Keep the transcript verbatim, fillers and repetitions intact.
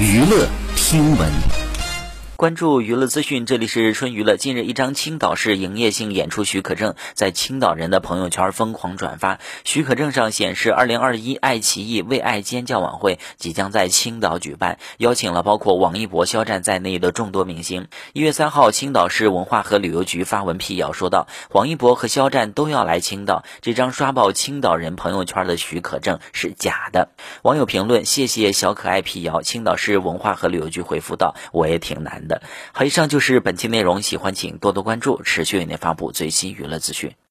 娱乐听闻。 关注娱乐资讯，这里是春娱乐。近日，一张青岛市营业性演出许可证在青岛人的朋友圈疯狂转发。许可证上显示，二零二一爱奇艺为爱尖叫晚会即将在青岛举办，邀请了包括王一博、肖战在内的众多明星。一月三号，青岛市文化和旅游局发文辟谣说道，王一博和肖战都要来青岛，这张刷爆青岛人朋友圈的许可证是假的。网友评论：谢谢小可爱辟谣。青岛市文化和旅游局回复道：我也挺难的。好，以上就是本期内容，喜欢请多多关注，持续为您发布最新娱乐资讯。